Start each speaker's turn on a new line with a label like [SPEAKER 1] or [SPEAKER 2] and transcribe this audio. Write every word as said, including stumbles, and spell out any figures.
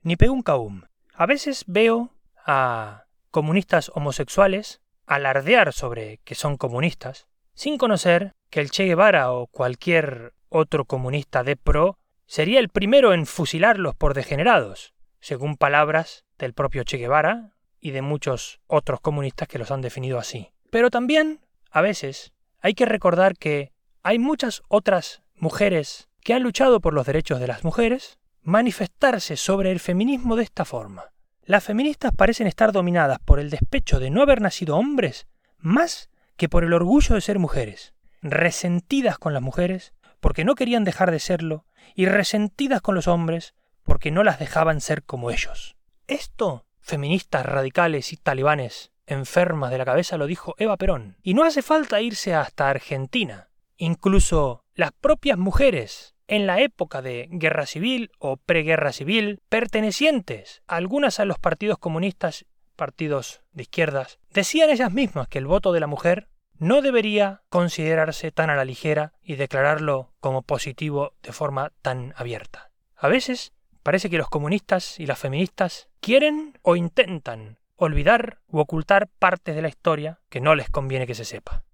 [SPEAKER 1] ni pegún caum. A veces veo a comunistas homosexuales alardear sobre que son comunistas, sin conocer que el Che Guevara o cualquier otro comunista de pro sería el primero en fusilarlos por degenerados, según palabras del propio Che Guevara y de muchos otros comunistas que los han definido así. Pero también, a veces, hay que recordar que hay muchas otras mujeres que han luchado por los derechos de las mujeres manifestarse sobre el feminismo de esta forma. Las feministas parecen estar dominadas por el despecho de no haber nacido hombres más que por el orgullo de ser mujeres, resentidas con las mujeres porque no querían dejar de serlo y resentidas con los hombres porque no las dejaban ser como ellos. Esto, feministas radicales y talibanes enfermas de la cabeza, lo dijo Eva Perón. Y no hace falta irse hasta Argentina. Incluso las propias mujeres, en la época de guerra civil o preguerra civil, pertenecientes algunas a los partidos comunistas, partidos de izquierdas, decían ellas mismas que el voto de la mujer no debería considerarse tan a la ligera y declararlo como positivo de forma tan abierta. A veces parece que los comunistas y las feministas quieren o intentan olvidar u ocultar partes de la historia que no les conviene que se sepa.